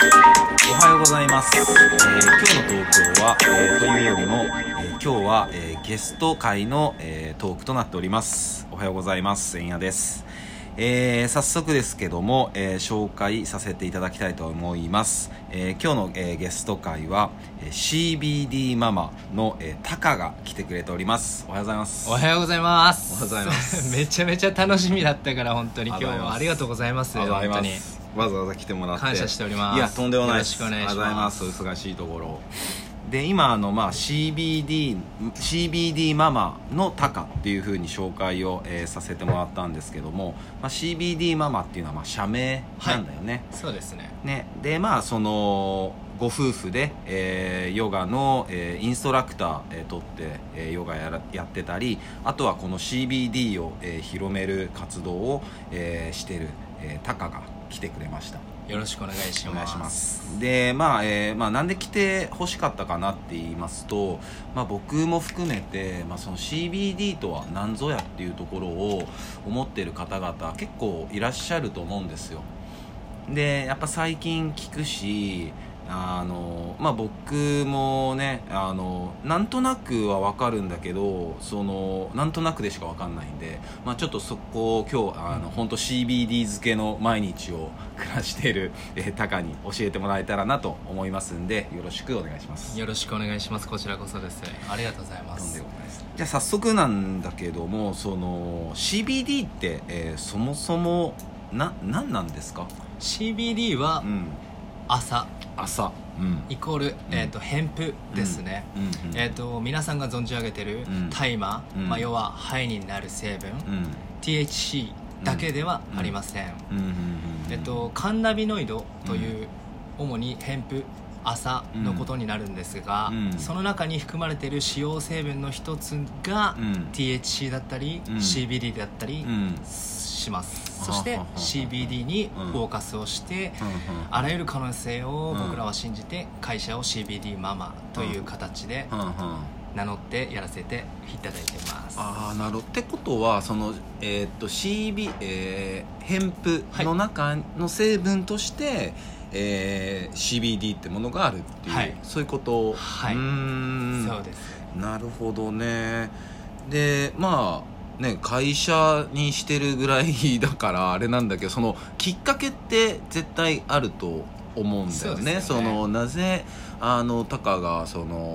おはようございます。今日の東京は、というよりも、今日は、ゲスト会の、トークとなっております。おはようございます。円谷です。早速ですけども、紹介させていただきたいと思います。今日の、ゲスト会は、CBD ママの、タカが来てくれております。おはようございます。 おはようございます。 おはようございますめちゃめちゃ楽しみだったから本当に今日はありがとうございます。 本当にわざわざ来てもらって感謝しております。 いやとんでもないです。 よろしくお願いします。 お忙しいところで今CBD ママのタカっていう風に紹介を、させてもらったんですけども、CBD ママっていうのは社名なんだよね。 そうですね。 でそのご夫婦で、ヨガの、インストラクター、取って、ヨガやってたり、あとはこの CBD を、広める活動を、してる、タカが来てくれました。 よろしくお願いします。 お願いします。でなんで来て欲しかったかなって言いますと、僕も含めて、その CBD とは何ぞやっていうところを思ってる方々結構いらっしゃると思うんですよ。でやっぱ最近聞くし僕もねなんとなくは分かるんだけどなんとなくでしか分かんないんで、ちょっとそこを今日本当 CBD 漬けの毎日を暮らしている、タカに教えてもらえたらなと思いますんで、よろしくお願いします。 よろしくお願いします。こちらこそです。ありがとうございます。 じゃあ早速なんだけども、CBD って、そもそも何なんですか？ CBD は、朝、イコール、ヘンプですね。皆さんが存じ上げてる大麻、要はハイになる成分、THC だけではありません。カンナビノイドという、主にヘンプ朝のことになるんですが、その中に含まれている主要成分の一つが、THC だったり、CBD だったりします。そして CBD にフォーカスをして、あらゆる可能性を僕らは信じて会社を CBD ママという形で名乗ってやらせていただいてます。 なるほど。ってことはヘンプの中の成分として、CBD ってものがあるっていう、そういうこと。 そうです。 なるほどね。で会社にしてるぐらいだからあれなんだけど、そのきっかけって絶対あると思うんだよね。なぜタカが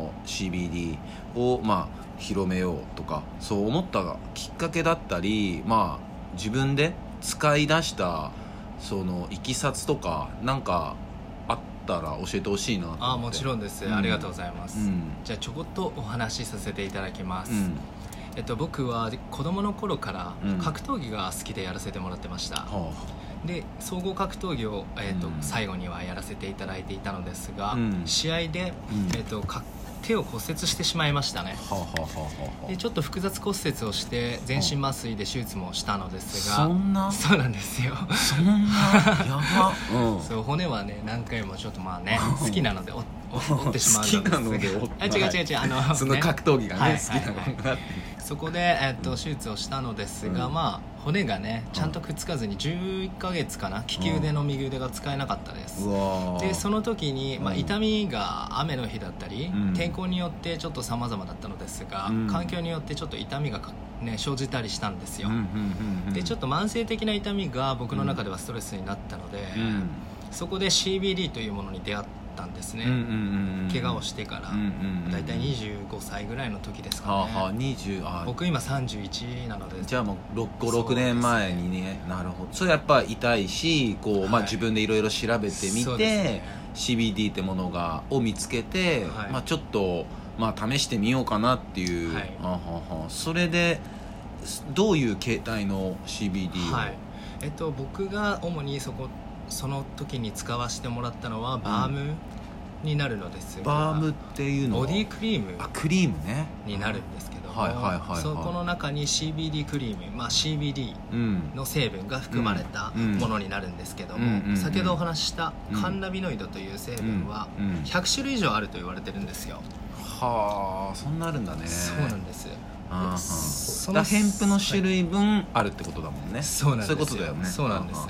CBD を広めようとかそう思ったきっかけだったり、自分で使い出したいきさつとかなんかあったら教えてほしいなと思って。 もちろんです。ありがとうございます。じゃあちょこっとお話しさせていただきます。僕は子供の頃から格闘技が好きでやらせてもらってました。で総合格闘技を、最後にはやらせていただいていたのですが、試合で、手を骨折してしまいましたね。でちょっと複雑骨折をして全身麻酔で手術もしたのですが、そうなんですよ。 そんなやばそう骨はね何回もちょっと好きなので折ってしまうんですが違うその格闘技がね好きなのがそこで、手術をしたのですが、骨がねちゃんとくっつかずに11ヶ月かな、利き腕の右腕が使えなかったです。でその時に、痛みが雨の日だったり、天候によってちょっと様々だったのですが、環境によってちょっと痛みが生じたりしたんですよ。でちょっと慢性的な痛みが僕の中ではストレスになったので、そこで CBD というものに出会ったんですね。怪我をしてからだいたい25歳ぐらいの時ですかね。僕今31なので、 じゃあもう6年前にね。なるほど。それやっぱ痛いし自分でいろいろ調べてみて、CBD ってものを見つけて、ちょっと試してみようかなっていう、それでどういう形態の CBD を、 僕が主にその時に使わせてもらったのはバームになるのですが、 バームっていうのはボディクリームクリームねになるんですけども、そこの中に CBD クリーム、CBD の成分が含まれたものになるんですけども、先ほどお話ししたカンナビノイドという成分は100種類以上あると言われてるんですよ。 そんなあるんだね。 そうなんです。 ヘンプの種類分あるってことだもんね。 そうなんですよ。 そういうことだよね。 そうなんですよ。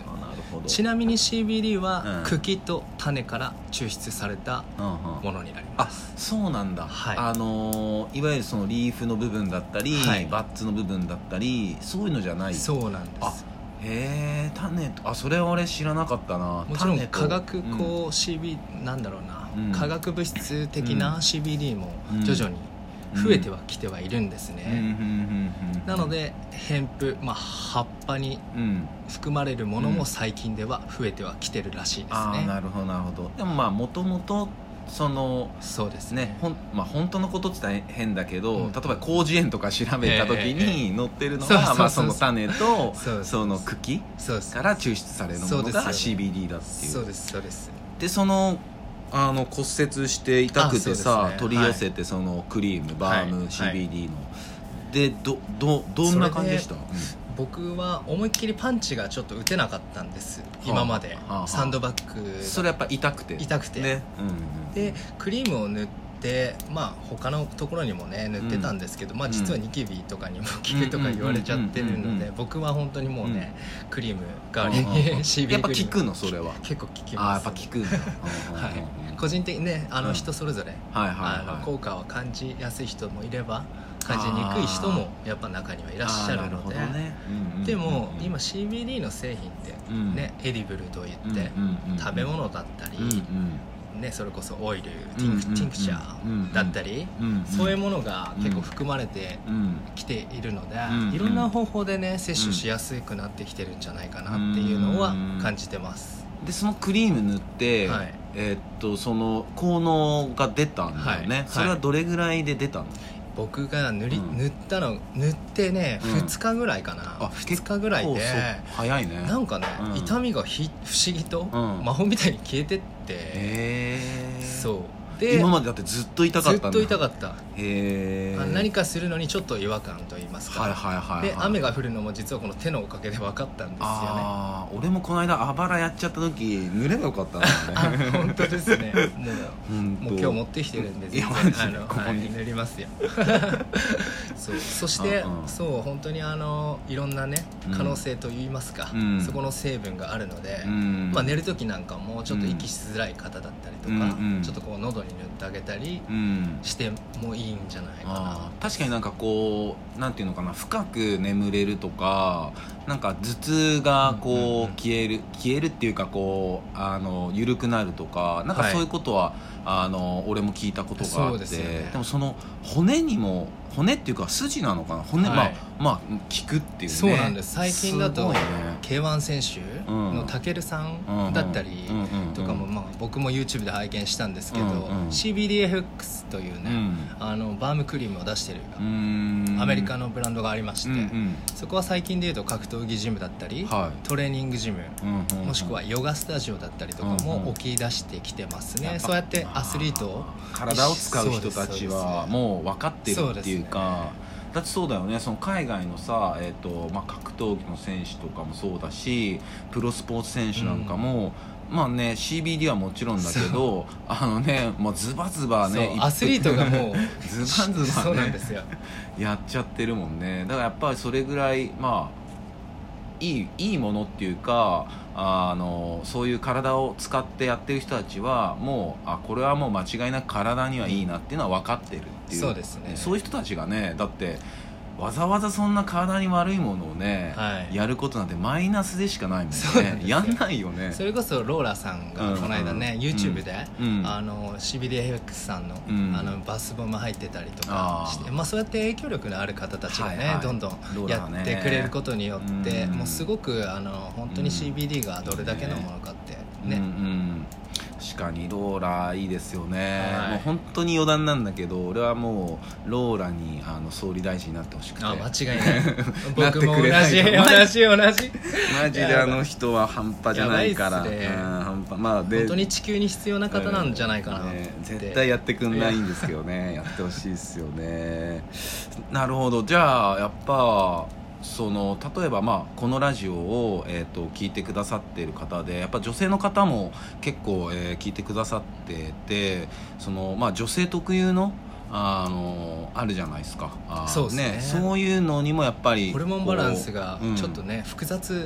ちなみに CBD は茎と種から抽出されたものになります。 あ、そうなんだ、はい、いわゆるそのリーフの部分だったり、はい、バッツの部分だったりそういうのじゃない。 そうなんです。 へえ、種と、それは俺知らなかったな。 もちろん化学CBD、なんだろうな、化学物質的な CBD も徐々に増えてはきてはいるんですね。なのでヘンプ、葉っぱに含まれるものも最近では増えてはきてるらしいですね。 なるほどなるほど。でももともとそうですね、 本当のことって言ったら変だけど、例えば広辞苑とか調べた時に載ってるのがその種とその茎から抽出されるものが CBD だっていう。 そうですそうです。 で骨折して痛くてさ、取り寄せてそのクリーム、バーム、CBD のでどんな感じでした？ 僕は思いっきりパンチがちょっと打てなかったんです今まで。サンドバッグそれやっぱ痛くてね、でクリームを塗って、他のところにもね塗ってたんですけど、実はニキビとかにも効くとか言われちゃってるので、僕は本当にもうね、クリーム代わりに CBD やっぱ効くの？それは結構効きます。 やっぱ効くんだはい、個人的にね、人それぞれ効果を感じやすい人もいれば感じにくい人もやっぱ中にはいらっしゃるので、でも今 CBD の製品ってね、エディブルといって食べ物だったり、それこそオイル、ティンクチャーだったり、そういうものが結構含まれてきているので、いろんな方法でね摂取しやすくなってきてるんじゃないかなっていうのは感じてます。 でそのクリーム塗って、その効能が出たんだよね、それはどれぐらいで出たの？ 僕が塗ってね、2日ぐらいかな。2日ぐらいで早いね。 なんかね、痛みが不思議と魔法みたいに消えてって、そうで今までだってずっと痛かったんだ。 ずっと痛かった。何かするのにちょっと違和感と言いますか、で雨が降るのも実はこの手のおかげで分かったんですよね。 俺もこの間あばらやっちゃった時塗ればよかったんだね。 本当ですね。もう今日持ってきてるんで全然ここに塗りますよ。そしてそう本当にいろんなね可能性といいますか、そこの成分があるので、寝る時なんかもちょっと息しづらい方だったりとか、ちょっとこう喉に塗ってあげたりしてもいいんじゃないかな。 確かになんかこうなんていうのかな、深く眠れるとか、なんか頭痛がこう消えるっていうかこう緩くなるとか、なんかそういうことは、俺も聞いたことがあって、でもその骨っていうか筋なのかな、骨、効くっていうね。 そうなんです。最近だと、K1 選手のタケルさんだったりとかも、僕も YouTube で拝見したんですけど、CBDFX というね、バームクリームを出してるアメリカのブランドがありまして、そこは最近でいうと格闘技ジムだったり、トレーニングジム、もしくはヨガスタジオだったりとかも起き出してきてますね。そうやってアスリートを体を使う人たちはもう分かってるっていうか、だってそうだよね。その海外のさ、格闘技の選手とかもそうだし、プロスポーツ選手なんかも、CBD はもちろんだけど、もうズバズバね、 アスリートがもうズバズバねそうなんですよ、 やっちゃってるもんね。だからやっぱりそれぐらいいいものっていうか、そういう体を使ってやってる人たちはもうこれはもう間違いなく体にはいいなっていうのは分かってるっていう。 そうですね。 そういう人たちがね、だってわざわざそんな体に悪いものをね、やることなんてマイナスでしかないもんね。やんないよね。 それこそローラさんがこの間ね、YouTube で、CBDFX さんの、バスボム入ってたりとかして、そうやって影響力のある方たちがね、どんどんやってくれることによって、もうすごく本当に CBD がどれだけのものかってね、 確かにローラいいですよね、もう本当に余談なんだけど、俺はもうローラに総理大臣になってほしくて。 間違いない僕も同じマジで人は半端じゃないから、 本当に地球に必要な方なんじゃないかな、 絶対やってくんないんですけどね。やってほしいですよね。なるほど。じゃあやっぱ例えばこのラジオを、聞いてくださっている方でやっぱ女性の方も結構、聞いてくださってて、女性特有のあるじゃないですか。 そうですね。 そういうのにもやっぱりホルモンバランスがちょっとね、複雑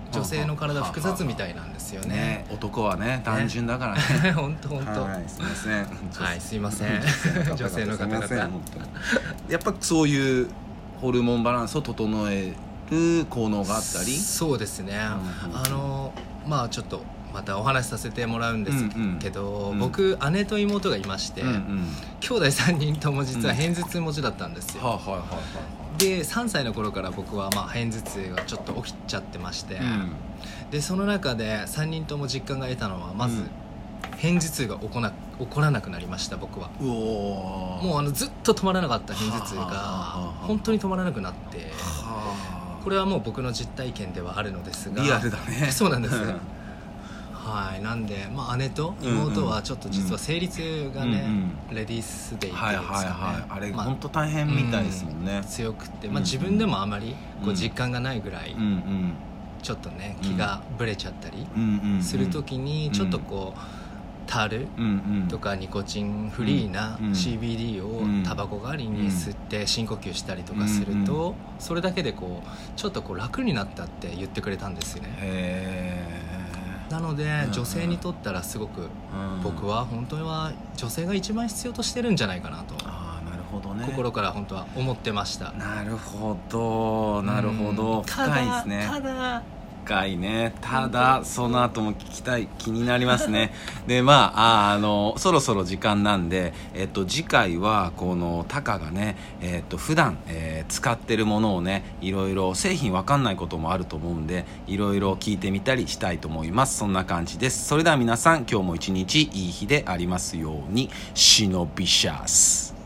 女性の体複雑みたいなんですよね。 男はね単純だからね。 本当すいません。 はい、すいません。女性の方々。 やっぱそういうホルモンバランスを整える効能があったり。 そうですね。まあちょっとまたお話しさせてもらうんですけど、僕姉と妹がいまして、兄弟3人とも実は片頭痛持ちだったんですよ。で3歳の頃から僕は片頭痛がちょっと起きちゃってまして、でその中で3人とも実感が得たのはまず、片頭痛が起こらなくなりました。僕はもうずっと止まらなかった片頭痛が本当に止まらなくなって、これはもう僕の実体験ではあるのですが、 リアルだね。 そうなんです。はい、なんで、姉と妹はちょっと実は生理痛がね、レディースデイっていうんですかね、 あれ本当大変みたいですもんね。 強くて、自分でもあまりこう実感がないぐらい、ちょっとね気がブレちゃったりするときにちょっとこうタルとかニコチンフリーな CBD をタバコ代わりに吸って深呼吸したりとかすると、それだけでこうちょっとこう楽になったって言ってくれたんですよね。なので女性にとったらすごく僕は本当は女性が一番必要としてるんじゃないかなと、心から本当は思ってました。 なるほどなるほど、深いですね。深いね。ただその後も聞きたい、気になりますね。でそろそろ時間なんで、次回はこのタカがね、普段、使ってるものをね、いろいろ製品わかんないこともあると思うんで、いろいろ聞いてみたりしたいと思います。そんな感じです。それでは皆さん、今日も一日いい日でありますように。シノビシャス。